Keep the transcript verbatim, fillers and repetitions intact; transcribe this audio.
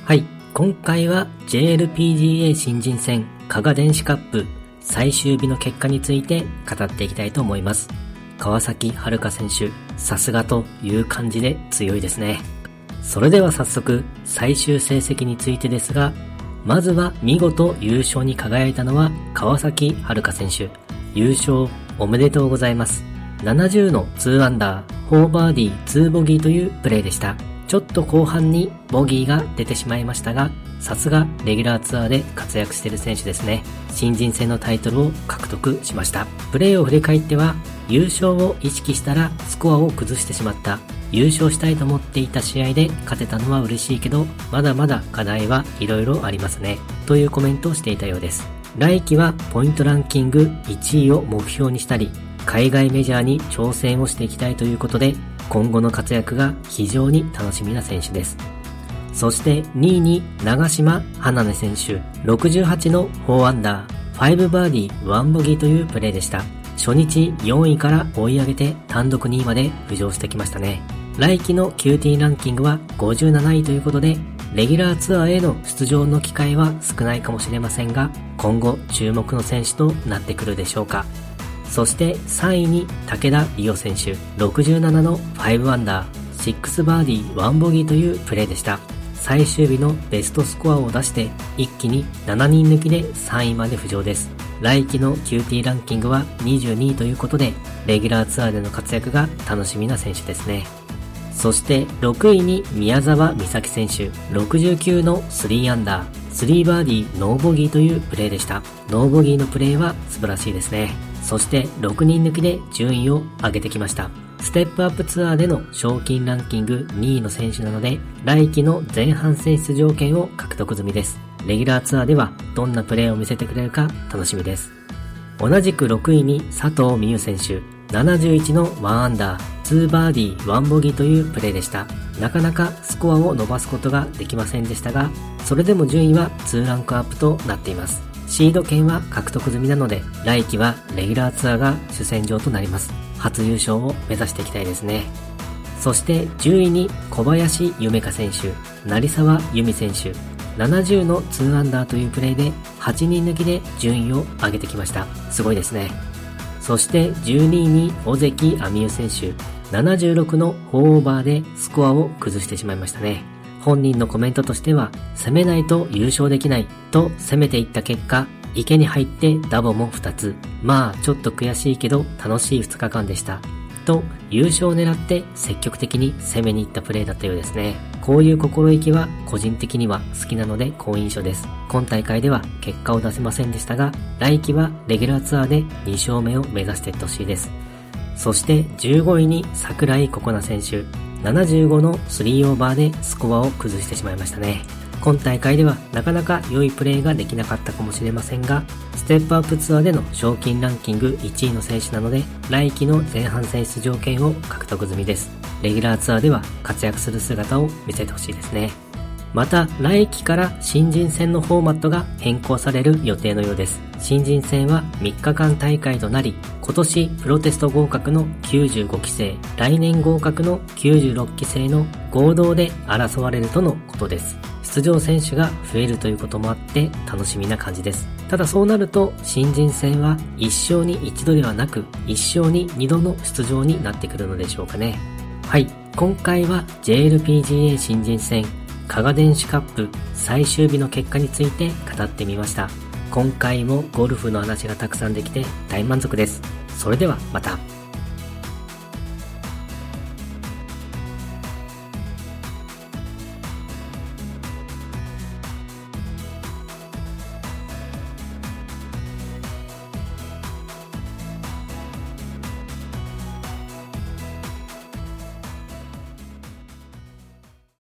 はい、今回は ジェイエルピージーエー 新人戦加賀電子カップ最終日の結果について語っていきたいと思います。川崎春花選手、さすがという感じで強いですね。それでは早速最終成績についてですが、まずは見事優勝に輝いたのは川崎春花選手。優勝おめでとうございます。ななじゅうのにアンダー、よんバーディーにボギーというプレーでした。ちょっと後半にボギーが出てしまいましたが、さすがレギュラーツアーで活躍している選手ですね。新人戦のタイトルを獲得しました。プレーを振り返っては、優勝を意識したらスコアを崩してしまった。優勝したいと思っていた試合で勝てたのは嬉しいけど、まだまだ課題はいろいろありますね。というコメントをしていたようです。来季はポイントランキングいちいを目標にしたり、海外メジャーに挑戦をしていきたいということで、今後の活躍が非常に楽しみな選手です。そしてにいに長島花音選手、ろくじゅうはちのよんアンダー、ごバーディーいちボギーというプレーでした。初日よんいから追い上げて単独にいまで浮上してきましたね。来季の キューティー ランキングはごじゅうなないということで、レギュラーツアーへの出場の機会は少ないかもしれませんが、今後注目の選手となってくるでしょうか。そしてさんいに武田理央選手、ろくじゅうななのごアンダー、ろくバーディーいちボギーというプレーでした。最終日のベストスコアを出して一気にななにん抜きでさんいまで浮上です。来季の キューティー ランキングはにじゅうにいということで、レギュラーツアーでの活躍が楽しみな選手ですね。そしてろくいに宮沢美咲選手、ろくじゅうきゅうのさんアンダー、さんバーディーノーボギーというプレーでした。ノーボギーのプレーは素晴らしいですね。そしてろくにん抜きで順位を上げてきました。ステップアップツアーでの賞金ランキングにいの選手なので、来季の前半戦出場権を獲得済みです。レギュラーツアーではどんなプレーを見せてくれるか楽しみです。同じくろくいに佐藤美優選手、ななじゅういちのいちアンダー、にバーディーいちボギーというプレーでした。なかなかスコアを伸ばすことができませんでしたが、それでも順位はにランクアップとなっています。シード権は獲得済みなので、来季はレギュラーツアーが主戦場となります。初優勝を目指していきたいですね。そしてじゅういに小林夢香選手、成沢由美選手、ななじゅうのにアンダーというプレーではちにん抜きで順位を上げてきました。すごいですね。そしてじゅうにいに尾関亜美優選手、ななじゅうろくのよんオーバーでスコアを崩してしまいましたね。本人のコメントとしては、攻めないと優勝できないと攻めていった結果、池に入ってダボもふたつ。まあちょっと悔しいけど楽しいふつかかんでした。と優勝を狙って積極的に攻めに行ったプレーだったようですね。こういう心意気は個人的には好きなので好印象です。今大会では結果を出せませんでしたが、来季はレギュラーツアーでに勝目を目指していってほしいです。そしてじゅうごいに櫻井心那選手、ななじゅうごのさんオーバーでスコアを崩してしまいましたね。今大会ではなかなか良いプレーができなかったかもしれませんが、ステップアップツアーでの賞金ランキングいちいの選手なので、来季の前半戦出場権を獲得済みです。レギュラーツアーでは活躍する姿を見せてほしいですね。また来季から新人戦のフォーマットが変更される予定のようです。新人戦はみっかかん大会となり、今年プロテスト合格のきゅうじゅうごきせい、来年合格のきゅうじゅうろっきせいの合同で争われるとのことです。出場選手が増えるということもあって楽しみな感じです。ただそうなると新人戦はいっしょうにいちどではなくいっしょうににどの出場になってくるのでしょうかね。はい、今回は ジェイエルピージーエー 新人戦加賀電子カップ最終日の結果について語ってみました。今回もゴルフの話がたくさんできて大満足です。それではまた。